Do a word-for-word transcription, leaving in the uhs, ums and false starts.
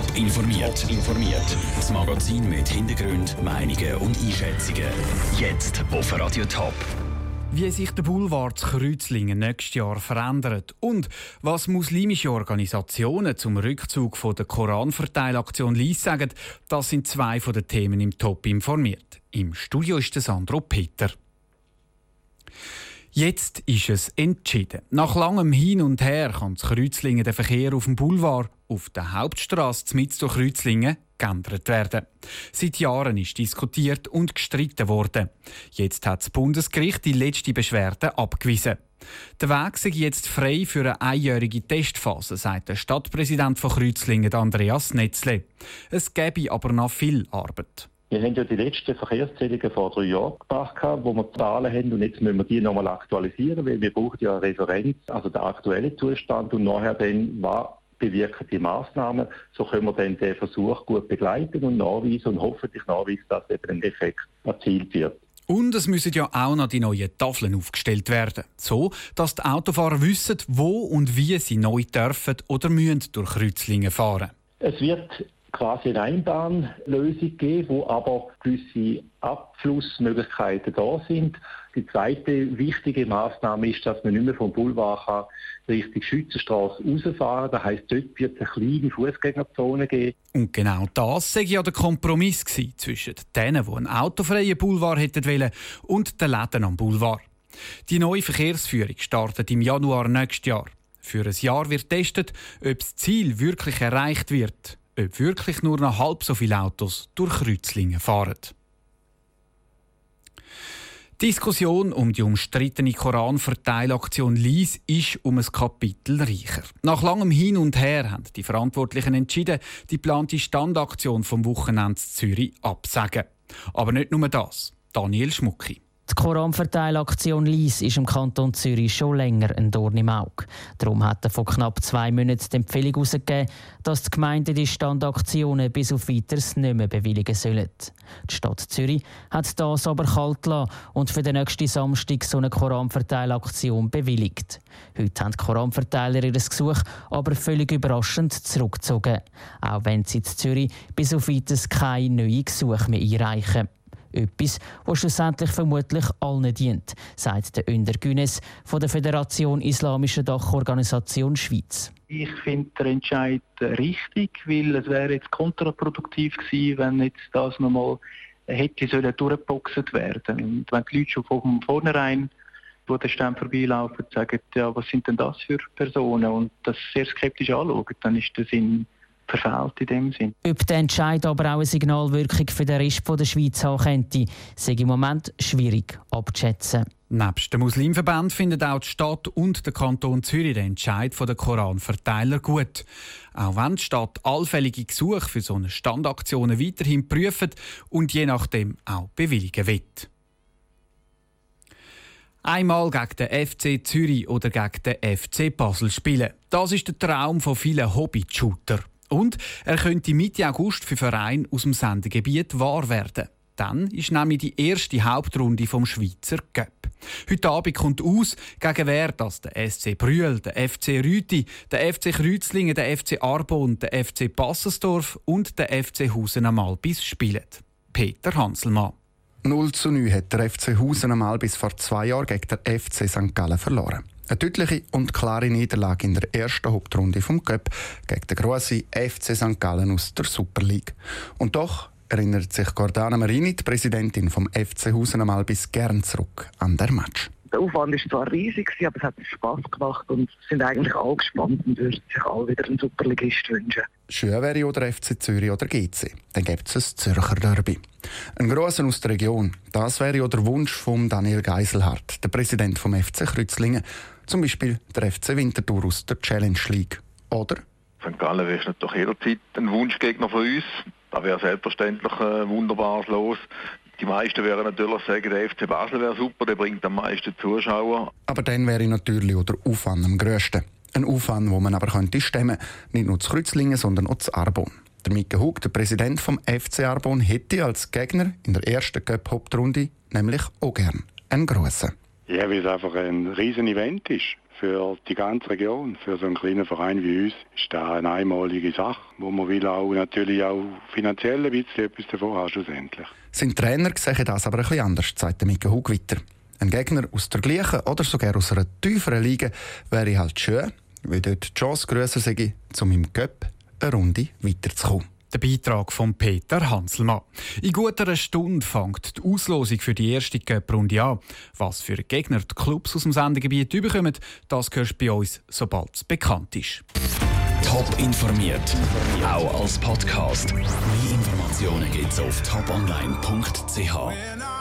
Top informiert. informiert. Das Magazin mit Hintergrund, Meinungen und Einschätzungen. Jetzt auf Radio Top. Wie sich der Boulevard zu Kreuzlingen nächstes Jahr verändert und was muslimische Organisationen zum Rückzug von der Koranverteilaktion Lyss sagen, das sind zwei von den Themen im Top informiert. Im Studio ist der Sandro Peter. Jetzt ist es entschieden. Nach langem Hin und Her kann zu Kreuzlingen der Verkehr auf dem Boulevard, auf der Hauptstrasse mitten durch Kreuzlingen, geändert werden. Seit Jahren ist diskutiert und gestritten worden. Jetzt hat das Bundesgericht die letzte Beschwerde abgewiesen. Der Weg sei jetzt frei für eine einjährige Testphase, sagt der Stadtpräsident von Kreuzlingen, Andreas Netzle. Es gäbe aber noch viel Arbeit. Wir haben ja die letzten Verkehrszählungen vor drei Jahren gemacht, wo wir Zahlen haben, und jetzt müssen wir die nochmal aktualisieren, weil wir brauchen ja eine Referenz, also den aktuellen Zustand, und nachher dann, was bewirken die Massnahmen. So können wir dann den Versuch gut begleiten und nachweisen und hoffentlich nachweisen, dass eben ein Effekt erzielt wird. Und es müssen ja auch noch die neuen Tafeln aufgestellt werden, so dass die Autofahrer wissen, wo und wie sie neu dürfen oder müssen durch Kreuzlingen fahren. Es wird quasi eine Einbahnlösung geben, wo aber gewisse Abflussmöglichkeiten da sind. Die zweite wichtige Maßnahme ist, dass man nicht mehr vom Boulevard kann Richtung Schützenstrasse rausfahren kann. Das heisst, dort wird es eine kleine Fußgängerzone geben. Und genau das war ja der Kompromiss zwischen denen, die einen autofreien Boulevard hätten wollen, und den Läden am Boulevard. Die neue Verkehrsführung startet im Januar nächstes Jahr. Für ein Jahr wird getestet, ob das Ziel wirklich erreicht wird, ob wirklich nur noch halb so viele Autos durch Kreuzlingen fahren. Die Diskussion um die umstrittene Koranverteilaktion Lyss ist um ein Kapitel reicher. Nach langem Hin und Her haben die Verantwortlichen entschieden, die geplante Standaktion vom Wochenende in Zürich abzusagen. Aber nicht nur das. Daniel Schmucki. Die Koranverteilaktion Lyss ist im Kanton Zürich schon länger ein Dorn im Auge. Darum hat er vor knapp zwei Monaten die Empfehlung herausgegeben, dass die Gemeinden die Standaktionen bis auf Weiteres nicht mehr bewilligen sollen. Die Stadt Zürich hat das aber kalt gelassen und für den nächsten Samstag so eine Koranverteilaktion bewilligt. Heute haben die Koranverteiler ihr Gesuch aber völlig überraschend zurückgezogen, auch wenn sie in Zürich bis auf Weiteres keine neuen Gesuche mehr einreichen. Etwas, das schlussendlich vermutlich allen dient, sagt der Önder Günes von der Föderation Islamischer Dachorganisation Schweiz. Ich finde den Entscheid richtig, weil es wäre jetzt kontraproduktiv gewesen, wenn jetzt das nochmal hätte sollen durchgeboxt werden. Und wenn die Leute schon von vornherein, wo der Stand vorbeilaufen, sagen, ja, was sind denn das für Personen, und das sehr skeptisch anschauen, dann ist der Sinn verfehlt in dem Sinn. Ob der Entscheid aber auch eine Signalwirkung für den Rest der Schweiz haben könnte, sei im Moment schwierig abzuschätzen. Nebst dem Muslimverband findet auch die Stadt und der Kanton Zürich den Entscheid der Koranverteiler gut. Auch wenn die Stadt allfällige Gesuche für so eine Standaktionen weiterhin prüft und je nachdem auch bewilligen wird. Einmal gegen den F C Zürich oder gegen den F C Basel spielen. Das ist der Traum von vielen Hobby-Shooter. Und er könnte Mitte August für Vereine aus dem Sendegebiet wahr werden. Dann ist nämlich die erste Hauptrunde vom Schweizer Cup. Heute Abend kommt aus, gegen wer das der S C Brühl, der F C Rüti, der F C Kreuzlingen, der F C Arbon, der F C Bassensdorf und der F C Husen am Albis spielen. Peter Hanselmann. null zu neun hat der F C Husen am Albis vor zwei Jahren gegen den F C Sankt Gallen verloren. Eine deutliche und klare Niederlage in der ersten Hauptrunde vom Cup gegen den grossen F C Sankt Gallen aus der Super League. Und doch erinnert sich Gordana Marini, die Präsidentin vom F C Husen am Albis, gern zurück an den Match. Der Aufwand war zwar riesig, aber es hat Spass gemacht und sind eigentlich alle gespannt und würden sich alle wieder einen Superligist wünschen. Schön wäre oder F C Zürich oder G C. Dann gibt es ein Zürcher Derby. Ein Grosser aus der Region. Das wäre ja der Wunsch von Daniel Geiselhardt, der Präsident vom F C Kreuzlingen. Zum Beispiel der F C Winterthur aus der Challenge League. Oder? Sankt Gallen wäre natürlich jederzeit ein Wunschgegner von uns. Da wäre selbstverständlich ein wunderbares Los. Die meisten werden natürlich sagen, der F C Basel wäre super, der bringt am meisten Zuschauer. Aber dann wäre natürlich auch der Aufwand am grössten. Ein Aufwand, wo man aber könnte stemmen. Nicht nur zu Kreuzlingen, sondern auch zu Arbon. Der Mike Hug, der Präsident vom F C Arbon, hätte als Gegner in der ersten Cup-Hauptrunde nämlich auch gern einen grossen. Ja, weil es einfach ein riesen Event ist für die ganze Region, für so einen kleinen Verein wie uns, ist das eine einmalige Sache, wo man will auch natürlich auch finanziell ein bisschen etwas davon haben schlussendlich. Sein Trainer sehen das aber ein bisschen anders, sagt Mika Hug weiter. Ein Gegner aus der gleichen oder sogar aus einer tieferen Liga wäre halt schön, weil dort die Chance grösser sei, um im Cup eine Runde weiterzukommen. Der Beitrag von Peter Hanselmann. In guter einer Stunde fängt die Auslosung für die erste Cup-Runde an. Was für Gegner die Clubs aus dem Sendegebiet bekommen, das hörst du bei uns, sobald es bekannt ist. Top informiert, auch als Podcast. Mehr Informationen gibt's auf top online punkt c h.